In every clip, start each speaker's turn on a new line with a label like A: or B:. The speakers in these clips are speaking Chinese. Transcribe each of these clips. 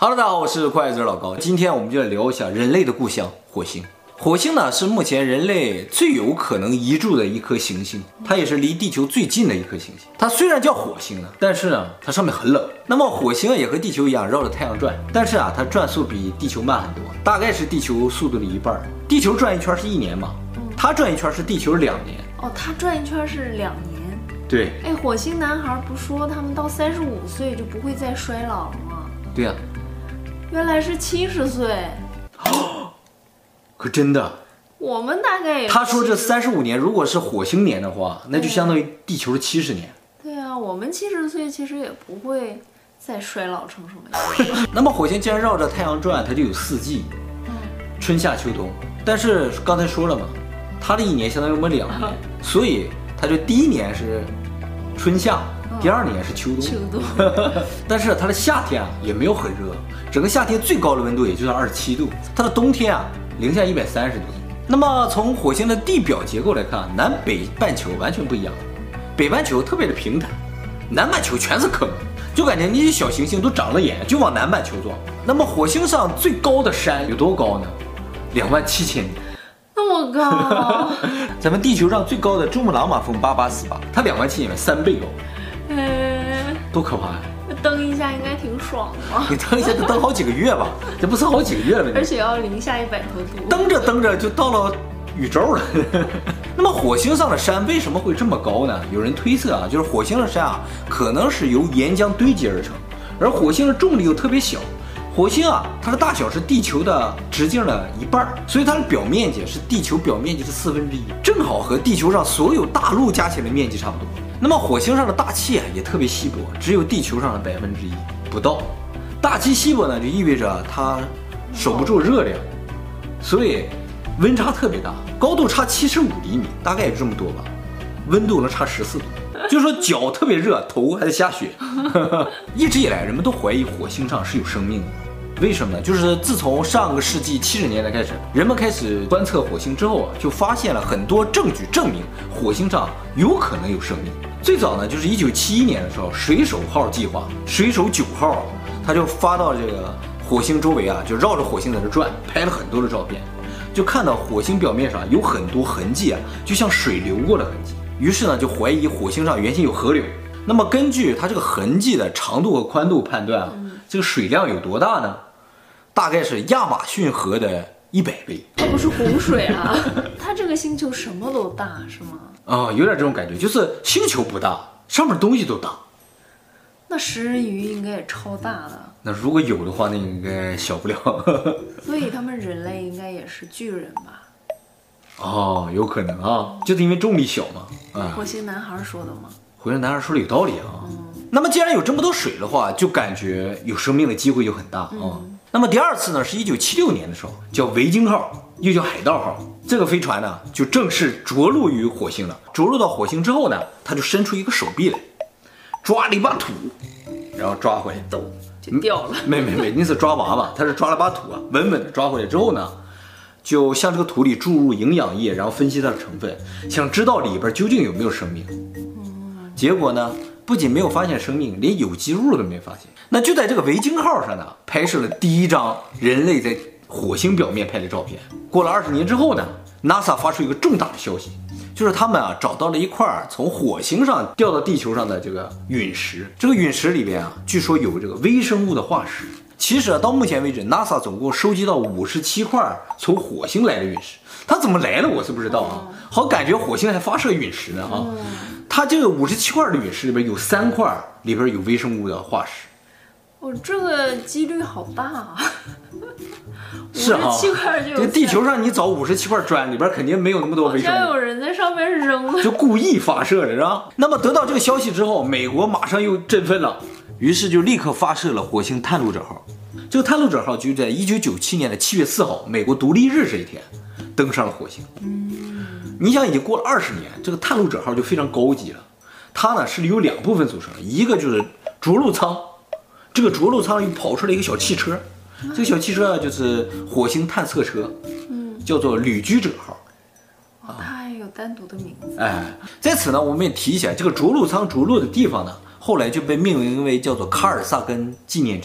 A: Hello， 大家好，我是快子老高。今天我们就来聊一下人类的故乡火星。火星呢是目前人类最有可能移住的一颗行星，它也是离地球最近的一颗行星。它虽然叫火星呢，但是呢它上面很冷。那么火星也和地球一样绕着太阳转，但是它转速比地球慢很多，大概是地球速度的一半。地球转一圈是1年嘛，它转一圈是地球2年。
B: 哦，它转一圈是2年。
A: 对。
B: 哎，火星男孩不说他们到35岁就不会再衰老了吗？
A: 对呀。
B: 原来是70岁。
A: 可真的。
B: 我们大概也
A: 他说这35年如果是火星年的话，那就相当于地球的70年。
B: 对啊，我们70岁其实也不会再衰老成什么样。
A: 那么火星既然绕着太阳转，它就有4季，春夏秋冬。但是刚才说了嘛，它的1年相当于我们2年，所以它就第1年是春夏，第2年是秋冬。但是它的夏天也没有很热，整个夏天最高的温度也就是27度，它的冬天零下130度。那么从火星的地表结构来看，南北半球完全不一样。北半球特别的平坦，南半球全是坑，就感觉那些小行星都长了眼，就往南半球撞。那么火星上最高的山有多高呢？27000米。
B: 那么高？
A: 咱们地球上最高的珠穆朗玛峰8848，它27000米，3倍高。多可怕呀！
B: 蹬一下应该挺爽的。
A: 你蹬一下得蹬好几个月吧？这不是好几个月了？
B: 而且要零下100多度。
A: 蹬着蹬着就到了宇宙了。那么火星上的山为什么会这么高呢？有人推测就是火星的山可能是由岩浆堆积而成，而火星的重力又特别小。火星它的大小是地球的直径的1半，所以它的表面积是地球表面积的1/4，正好和地球上所有大陆加起来的面积差不多。那么火星上的大气也特别稀薄，只有地球上的1%不到。大气稀薄呢，就意味着它守不住热量，所以温差特别大，高度差75厘米，大概也就这么多吧，温度能差14度。就是说脚特别热，头还在下雪。一直以来人们都怀疑火星上是有生命的，为什么呢？就是自从上个世纪70年代开始，人们开始观测火星之后就发现了很多证据证明火星上有可能有生命。最早呢，就是1971年的时候，水手号计划，水手9号他就发到这个火星周围就绕着火星在这转，拍了很多的照片，就看到火星表面上有很多痕迹就像水流过的痕迹。于是呢，就怀疑火星上原先有河流。那么根据它这个痕迹的长度和宽度判断这个水量有多大呢？大概是亚马逊河的100倍。
B: 它不是洪水啊。它这个星球什么都大是吗？
A: 有点这种感觉，就是星球不大，上面东西都大。
B: 那食人鱼应该也超大的。
A: 那如果有的话，那应该小不了。
B: 所以他们人类应该也是巨人吧？
A: 有可能就是因为重力小嘛。
B: 火星男孩说的吗？
A: 火星男孩说的有道理那么既然有这么多水的话，就感觉有生命的机会就很大那么第2次呢，是1976年的时候，叫维京号，又叫海盗号。这个飞船呢，就正式着陆于火星了。着陆到火星之后呢，它就伸出一个手臂来，抓了一把土，然后抓回来，
B: 就掉了。
A: 没，那是抓娃娃，它是抓了把土稳稳的抓回来之后呢，就向这个土里注入营养液，然后分析它的成分，想知道里边究竟有没有生命。结果呢，不仅没有发现生命，连有机物都没发现。那就在这个维京号上呢，拍摄了第1张人类在火星表面拍的照片。过了20年之后呢， NASA 发出一个重大的消息，就是他们找到了一块从火星上掉到地球上的这个陨石。这个陨石里边据说有这个微生物的化石。其实到目前为止 NASA 总共收集到57块从火星来的陨石。它怎么来的我是不知道好感觉火星还发射陨石呢它这个57块的陨石里边有3块里边有微生物的化石。
B: 这个几率好大
A: 是
B: 57块就有。
A: 这地球上你找57块砖里边肯定没有那么多微生物。
B: 好像有人在上面扔了，
A: 就故意发射的是吧？那么得到这个消息之后，美国马上又振奋了，于是就立刻发射了火星探路者号。这个探路者号就在1997年的7月4号，美国独立日这一天登上了火星。你想已经过了20年，这个探路者号就非常高级了。它呢是由2部分组成的，一个就是着陆舱，这个着陆舱又跑出来一个小汽车，这个小汽车就是火星探测车，叫做旅居者号。
B: 它还有单独的名字。
A: 在此呢，我们也提一下，这个着陆舱着陆的地方呢，后来就被命名为叫做卡尔萨根纪念站。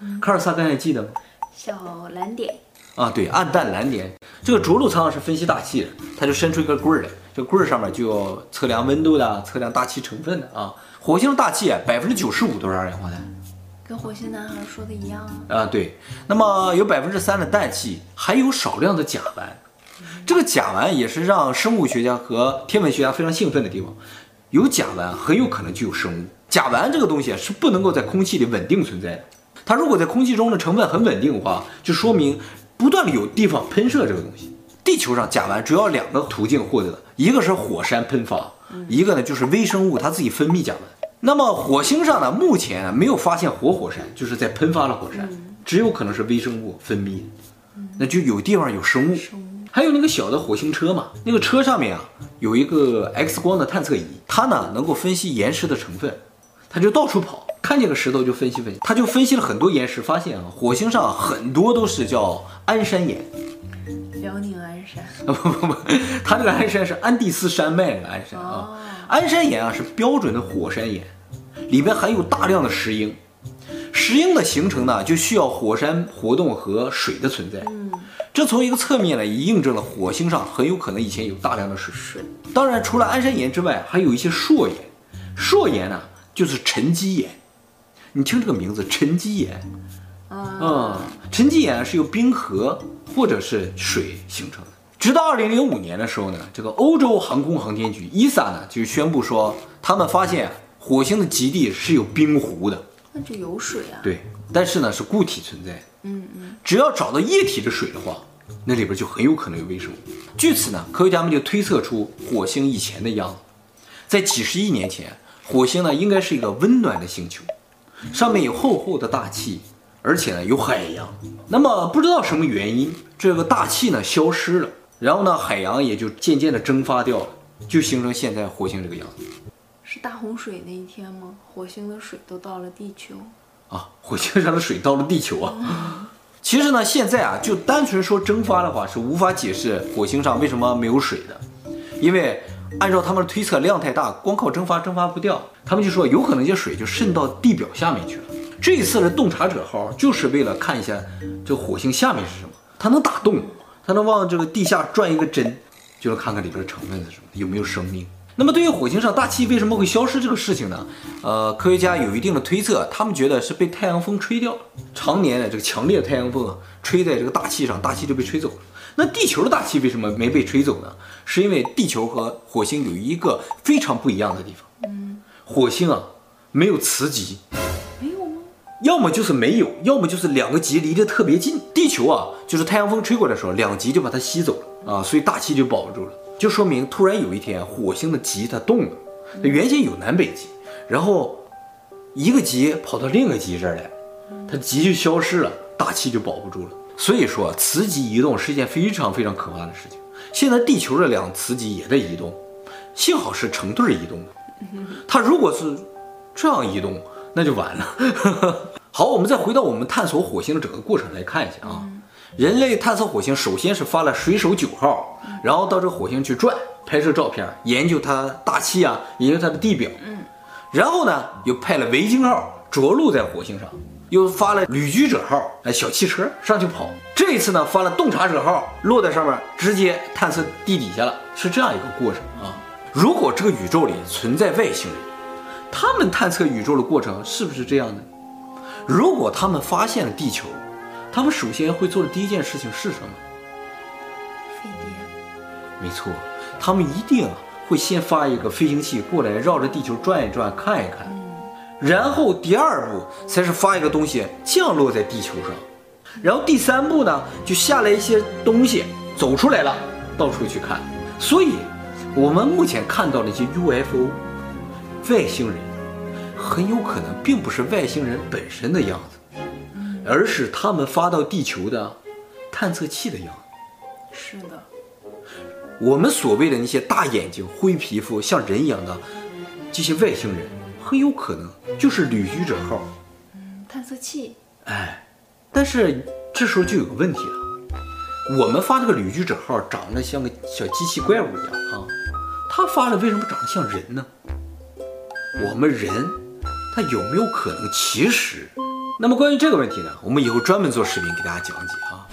A: 卡尔萨根还记得吗？
B: 小蓝点。
A: 啊，对，暗淡蓝点。这个着陆舱是分析大气的，它就伸出一根棍儿来，这棍儿上面就有测量温度的、测量大气成分的啊。火星的大气95%都是二氧化碳，
B: 跟火星男孩说的一样啊。
A: 啊，对。那么有3%的氮气，还有少量的甲烷。这个甲烷也是让生物学家和天文学家非常兴奋的地方。有甲烷，很有可能就有生物。甲烷这个东西是不能够在空气里稳定存在的。它如果在空气中的成分很稳定的话，就说明不断的有地方喷射这个东西。地球上甲烷主要2个途径获得的，一个是火山喷发，一个呢就是微生物它自己分泌甲烷。那么火星上呢，目前没有发现活火山，就是在喷发的火山，只有可能是微生物分泌的，那就有地方有生物。还有那个小的火星车嘛，那个车上面啊有一个 X 光的探测仪，它呢能够分析岩石的成分，它就到处跑，看见个石头就分析分析，它就分析了很多岩石，发现啊火星上很多都是叫安山岩。
B: 辽宁鞍山
A: 不，它这个鞍山是安第斯山脉那个鞍山啊。鞍山岩啊是标准的火山岩，里边含有大量的石英。石英的形成呢，就需要火山活动和水的存在。这从一个侧面呢，也印证了火星上很有可能以前有大量的水。当然，除了鞍山岩之外，还有一些硕岩。硕岩呢，就是沉积岩。你听这个名字，沉积岩。沉积岩是由冰河或者是水形成的。直到2005年的时候呢，这个欧洲航空航天局 ESA 呢就宣布说，他们发现火星的极地是有冰湖的。
B: 那就有水啊。
A: 对，但是呢是固体存在。只要找到液体的水的话，那里边就很有可能有微生物。据此呢，科学家们就推测出火星以前的样子。在几十亿年前，火星呢应该是一个温暖的星球，上面有厚厚的大气，而且呢有海洋。那么不知道什么原因，这个大气呢消失了，然后呢海洋也就渐渐的蒸发掉了，就形成现在火星这个样子。
B: 是大洪水那一天吗？火星的水都到了地球
A: 啊，火星上的水到了地球啊。其实呢，现在啊，就单纯说蒸发的话，是无法解释火星上为什么没有水的，因为按照他们的推测，量太大，光靠蒸发不掉。他们就说有可能这水就渗到地表下面去了。这一次的洞察者号就是为了看一下这火星下面是什么，它能打洞，它能往这个地下转一个针，就能看看里边的成分是什么，有没有生命。那么对于火星上大气为什么会消失这个事情呢？科学家有一定的推测，他们觉得是被太阳风吹掉了。常年的这个强烈的太阳风啊，吹在这个大气上，大气就被吹走了。那地球的大气为什么没被吹走呢？是因为地球和火星有一个非常不一样的地方。火星啊没有磁极。
B: 没有吗？
A: 要么就是没有，要么就是2个极离得特别近。地球啊，就是太阳风吹过来的时候，2极就把它吸走了啊，所以大气就保住了。就说明突然有一天火星的极它动了，原先有南北极，然后一个极跑到另一个极这儿来，它极就消失了，大气就保不住了。所以说磁极移动是一件非常非常可怕的事情。现在地球的2磁极也在移动，幸好是成对移动的，它如果是这样移动，那就完了。好，我们再回到我们探索火星的整个过程来看一下啊。人类探测火星，首先是发了水手9号，然后到这个火星去转，拍摄照片，研究它大气啊，研究它的地表。然后呢，又派了维京号着陆在火星上，又发了旅居者号小汽车上去跑。这一次呢，发了洞察者号落在上面，直接探测地底下了，是这样一个过程啊。如果这个宇宙里存在外星人，他们探测宇宙的过程是不是这样的？如果他们发现了地球，他们首先会做的第一件事情是什么？
B: 飞碟。
A: 没错，他们一定会先发一个飞行器过来，绕着地球转一转，看一看。然后第2步才是发一个东西降落在地球上，然后第3步呢，就下来一些东西走出来了，到处去看。所以，我们目前看到的一些 UFO 外星人，很有可能并不是外星人本身的样子。而是他们发到地球的探测器的样子。
B: 是的，
A: 我们所谓的那些大眼睛、灰皮肤、像人一样的这些外星人，很有可能就是旅居者号
B: 探测器。
A: 但是这时候就有个问题了，我们发这个旅居者号长得像个小机器怪物一样啊，他发了为什么长得像人呢？我们人他有没有可能其实那么关于这个问题呢，我们以后专门做视频给大家讲解啊。